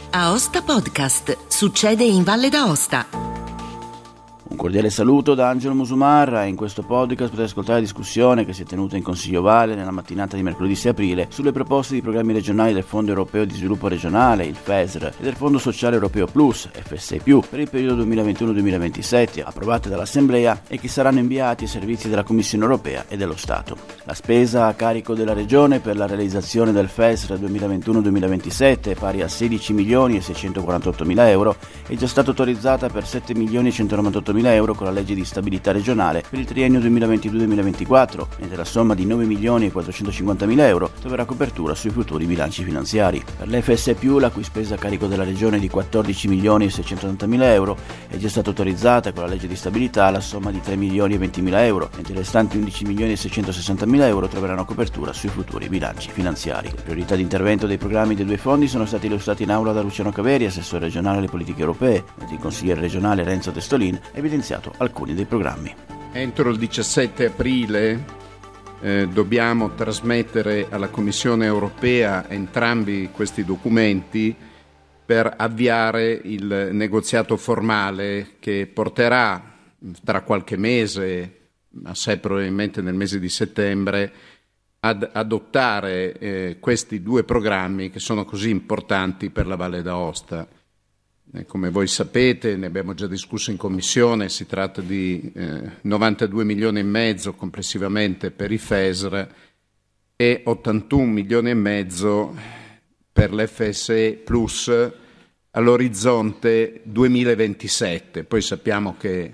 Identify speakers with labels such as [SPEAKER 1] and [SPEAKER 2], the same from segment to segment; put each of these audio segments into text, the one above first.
[SPEAKER 1] Aosta Podcast. Succede in Valle d'Aosta.
[SPEAKER 2] Un cordiale saluto da Angelo Musumarra. In questo podcast potete ascoltare la discussione che si è tenuta in Consiglio Valle nella mattinata di mercoledì 6 aprile sulle proposte di programmi regionali del Fondo Europeo di Sviluppo Regionale, il FESR, e del Fondo Sociale Europeo Plus, FSE+, per il periodo 2021-2027, approvate dall'Assemblea e che saranno inviati ai servizi della Commissione Europea e dello Stato. La spesa a carico della Regione per la realizzazione del FESR 2021-2027, pari a 16 milioni e 648 mila euro, è già stata autorizzata per 7 milioni e 198 mila euro con la legge di stabilità regionale per il triennio 2022-2024, mentre la somma di 9 milioni e 450 mila euro troverà copertura sui futuri bilanci finanziari. Per l'FSE+, la cui spesa a carico della Regione è di 14 milioni e 680 mila euro, è già stata autorizzata con la legge di stabilità la somma di 3 milioni e 20 mila euro, mentre i restanti 11 milioni e 660 mila euro troveranno copertura sui futuri bilanci finanziari. Le priorità di intervento dei programmi dei due fondi sono stati illustrati in aula da Luciano Caveri, assessore regionale alle politiche europee, mentre il consigliere regionale Renzo Testolin ha evidenziato alcuni dei programmi.
[SPEAKER 3] Entro il 17 aprile dobbiamo trasmettere alla Commissione europea entrambi questi documenti per avviare il negoziato formale che porterà tra qualche mese, assai probabilmente nel mese di settembre, ad adottare questi due programmi che sono così importanti per la Valle d'Aosta. Come voi sapete, ne abbiamo già discusso in Commissione, si tratta di 92 milioni e mezzo complessivamente per i FESR e 81 milioni e mezzo per l'FSE Plus all'orizzonte 2027. Poi sappiamo che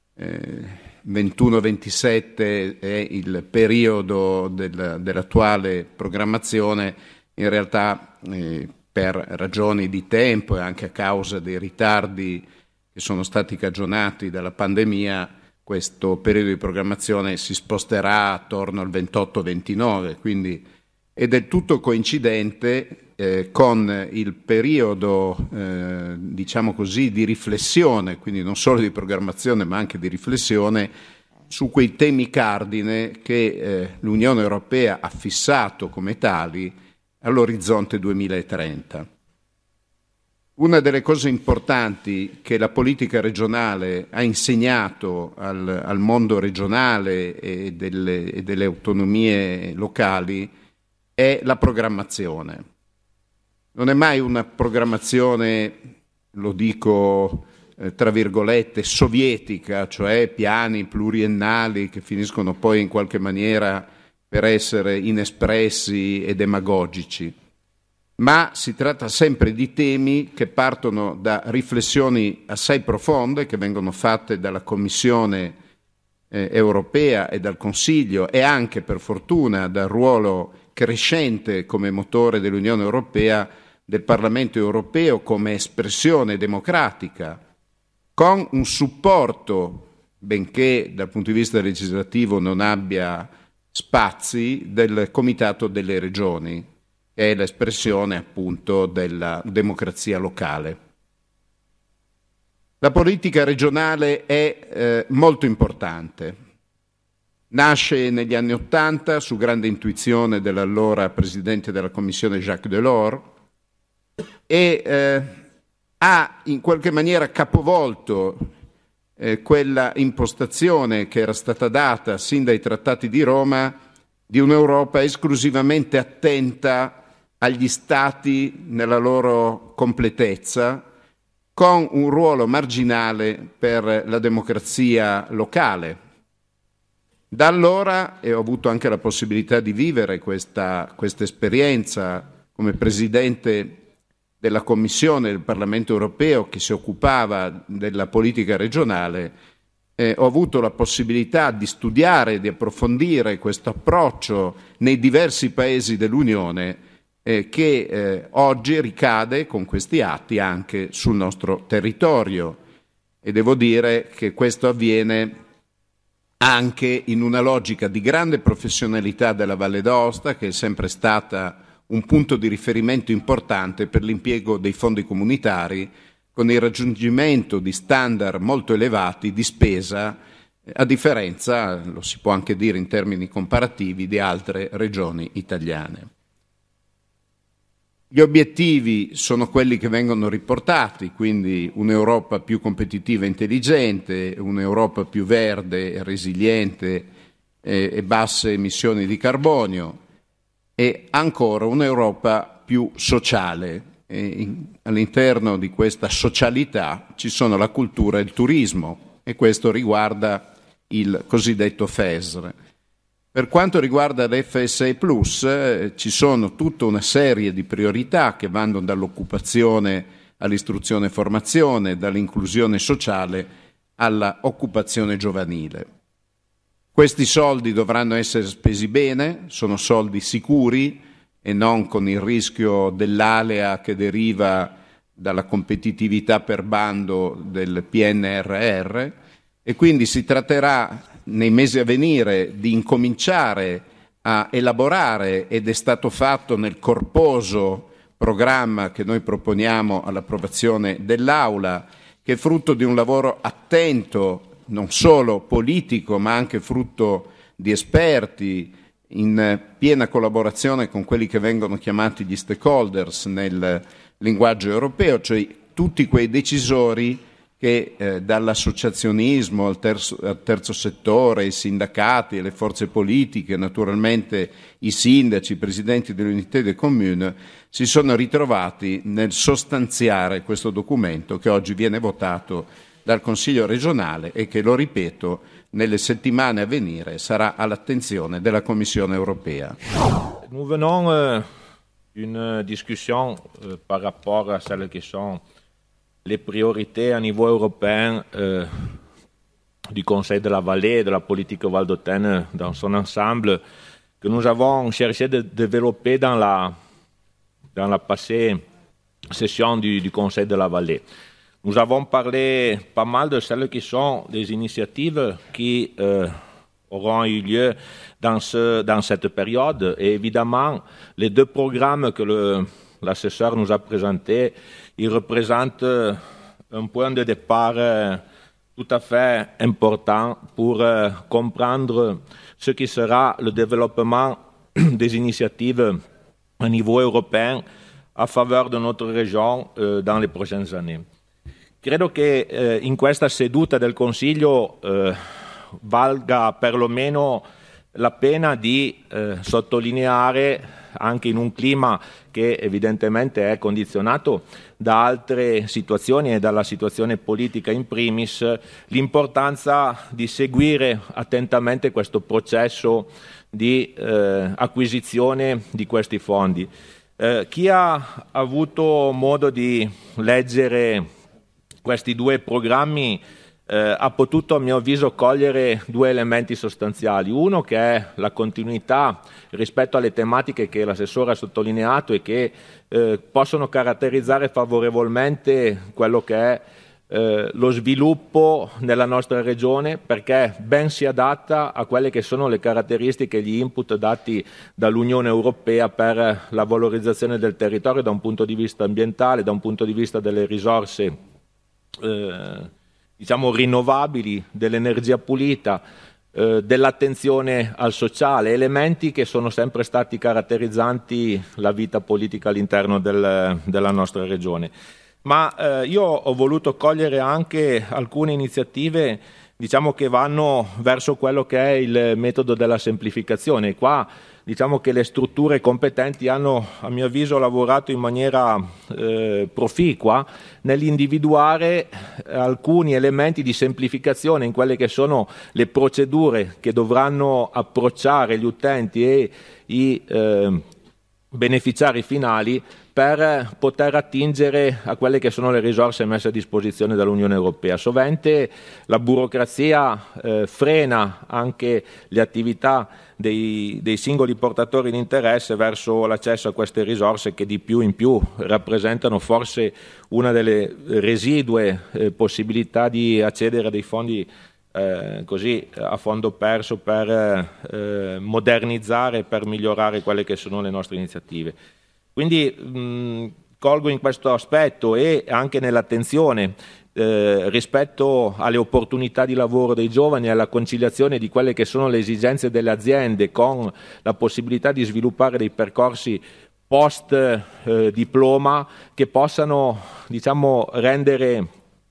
[SPEAKER 3] 21-27 è il periodo dell'attuale programmazione. In realtà per ragioni di tempo e anche a causa dei ritardi che sono stati cagionati dalla pandemia, questo periodo di programmazione si sposterà attorno al 28-29, quindi è del tutto coincidente con il periodo, diciamo così, di riflessione, quindi non solo di programmazione ma anche di riflessione su quei temi cardine che l'Unione Europea ha fissato come tali all'orizzonte 2030. Una delle cose importanti che la politica regionale ha insegnato al mondo regionale e delle autonomie locali è la programmazione. Non è mai una programmazione, lo dico tra virgolette, sovietica, cioè piani pluriennali che finiscono poi in qualche maniera per essere inespressi e demagogici, ma si tratta sempre di temi che partono da riflessioni assai profonde che vengono fatte dalla Commissione europea e dal Consiglio e anche, per fortuna, dal ruolo crescente come motore dell'Unione Europea del Parlamento europeo come espressione democratica, con un supporto, benché dal punto di vista legislativo non abbia spazi, del Comitato delle Regioni, che è l'espressione appunto della democrazia locale. La politica regionale è molto importante. Nasce negli anni '80 su grande intuizione dell'allora Presidente della Commissione Jacques Delors e ha in qualche maniera capovolto quella impostazione che era stata data sin dai trattati di Roma di un'Europa esclusivamente attenta agli Stati nella loro completezza, con un ruolo marginale per la democrazia locale. Da allora, e ho avuto anche la possibilità di vivere questa esperienza come Presidente della Commissione del Parlamento europeo che si occupava della politica regionale, ho avuto la possibilità di studiare e di approfondire questo approccio nei diversi paesi dell'Unione che oggi ricade con questi atti anche sul nostro territorio. E devo dire che questo avviene anche in una logica di grande professionalità della Valle d'Aosta, che è sempre stata un punto di riferimento importante per l'impiego dei fondi comunitari, con il raggiungimento di standard molto elevati di spesa, a differenza, lo si può anche dire in termini comparativi, di altre regioni italiane. Gli obiettivi sono quelli che vengono riportati, quindi un'Europa più competitiva e intelligente, un'Europa più verde, resiliente e basse emissioni di carbonio, e ancora un'Europa più sociale. All'interno di questa socialità ci sono la cultura e il turismo, e questo riguarda il cosiddetto FESR. Per quanto riguarda l'FSE Plus, ci sono tutta una serie di priorità che vanno dall'occupazione all'istruzione e formazione, dall'inclusione sociale alla occupazione giovanile. Questi soldi dovranno essere spesi bene, sono soldi sicuri e non con il rischio dell'alea che deriva dalla competitività per bando del PNRR, e quindi si tratterà nei mesi a venire di incominciare a elaborare, ed è stato fatto nel corposo programma che noi proponiamo all'approvazione dell'Aula, che è frutto di un lavoro attento, non solo politico, ma anche frutto di esperti, in piena collaborazione con quelli che vengono chiamati gli stakeholders nel linguaggio europeo, cioè tutti quei decisori che dall'associazionismo al terzo settore, i sindacati, le forze politiche, naturalmente i sindaci, i presidenti delle unità dei comuni, si sono ritrovati nel sostanziare questo documento che oggi viene votato dal Consiglio regionale e che, lo ripeto, nelle settimane a venire sarà all'attenzione della Commissione europea.
[SPEAKER 4] Nous venons d'une discussion par rapport à celles qui sont les priorités à niveau européen du Conseil de la Vallée et de la politique valdôtaine dans son ensemble, que nous avons cherché de développer dans la passée session du Conseil de la Vallée. Nous avons parlé pas mal de celles qui sont des initiatives qui auront eu lieu dans cette période. Et évidemment, les deux programmes que l'assesseur nous a présentés, ils représentent un point de départ tout à fait important pour comprendre ce qui sera le développement des initiatives à niveau européen a faveur de notre région dans les prochaines années. Credo che in questa seduta del Consiglio valga perlomeno la pena di sottolineare, anche in un clima che evidentemente è condizionato da altre situazioni e dalla situazione politica in primis, l'importanza di seguire attentamente questo processo di acquisizione di questi fondi. Chi ha avuto modo di leggere questi due programmi ha potuto, a mio avviso, cogliere due elementi sostanziali. Uno, che è la continuità rispetto alle tematiche che l'assessore ha sottolineato e che possono caratterizzare favorevolmente quello che è lo sviluppo nella nostra regione, perché ben si adatta a quelle che sono le caratteristiche e gli input dati dall'Unione Europea per la valorizzazione del territorio da un punto di vista ambientale, da un punto di vista delle risorse rinnovabili, dell'energia pulita, dell'attenzione al sociale, elementi che sono sempre stati caratterizzanti la vita politica all'interno della nostra regione. Ma io ho voluto cogliere anche alcune iniziative che vanno verso quello che è il metodo della semplificazione. Qua che le strutture competenti hanno, a mio avviso, lavorato in maniera proficua nell'individuare alcuni elementi di semplificazione in quelle che sono le procedure che dovranno approcciare gli utenti e i beneficiari finali per poter attingere a quelle che sono le risorse messe a disposizione dall'Unione Europea. Sovente la burocrazia frena anche le attività dei singoli portatori di interesse verso l'accesso a queste risorse, che di più in più rappresentano forse una delle residue possibilità di accedere a dei fondi così a fondo perso per modernizzare, per migliorare quelle che sono le nostre iniziative. Quindi colgo in questo aspetto e anche nell'attenzione rispetto alle opportunità di lavoro dei giovani e alla conciliazione di quelle che sono le esigenze delle aziende con la possibilità di sviluppare dei percorsi post diploma che possano, diciamo, rendere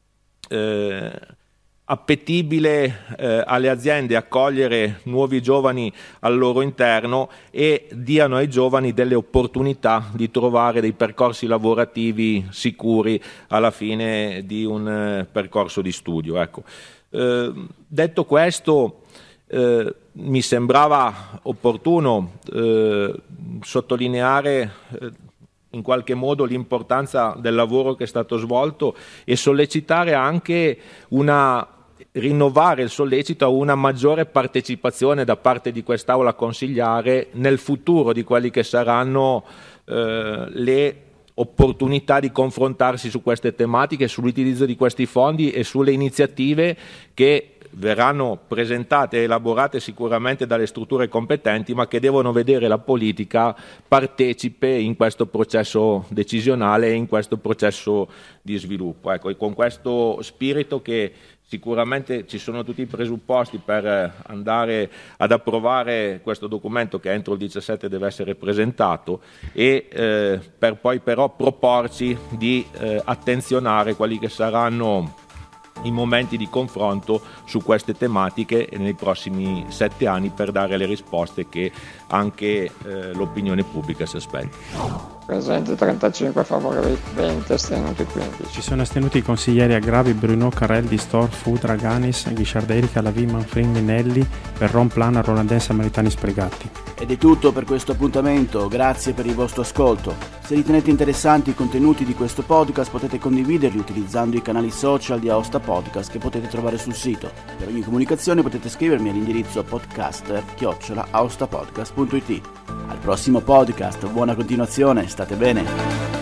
[SPEAKER 4] appetibile alle aziende accogliere nuovi giovani al loro interno e diano ai giovani delle opportunità di trovare dei percorsi lavorativi sicuri alla fine di un percorso di studio. Ecco. Detto questo, mi sembrava opportuno sottolineare in qualche modo l'importanza del lavoro che è stato svolto e sollecitare anche rinnovare il sollecito a una maggiore partecipazione da parte di quest'Aula consigliare nel futuro di quelli che saranno le opportunità di confrontarsi su queste tematiche, sull'utilizzo di questi fondi e sulle iniziative che verranno presentate e elaborate sicuramente dalle strutture competenti, ma che devono vedere la politica partecipe in questo processo decisionale e in questo processo di sviluppo. Ecco, e con questo spirito che sicuramente ci sono tutti i presupposti per andare ad approvare questo documento che entro il 17 deve essere presentato e per poi però proporci di attenzionare quelli che saranno i momenti di confronto su queste tematiche nei prossimi 7 anni per dare le risposte che anche l'opinione pubblica si aspetta.
[SPEAKER 5] Presente 35 favorevoli, 20 astenuti 15.
[SPEAKER 6] Ci sono astenuti i consiglieri Agravi, Bruno, Carrelli, Stor, Fudra, Ganis, Ghisciardelli, Calavì, Manfrini, Minelli, Perron, Plana, Rolandin, Samaritani, Spregatti.
[SPEAKER 2] Ed è tutto per questo appuntamento, grazie per il vostro ascolto. Se ritenete interessanti i contenuti di questo podcast potete condividerli utilizzando i canali social di Aosta Podcast che potete trovare sul sito. Per ogni comunicazione potete scrivermi all'indirizzo podcaster@aostapodcast.it. Al prossimo podcast, buona continuazione, state bene!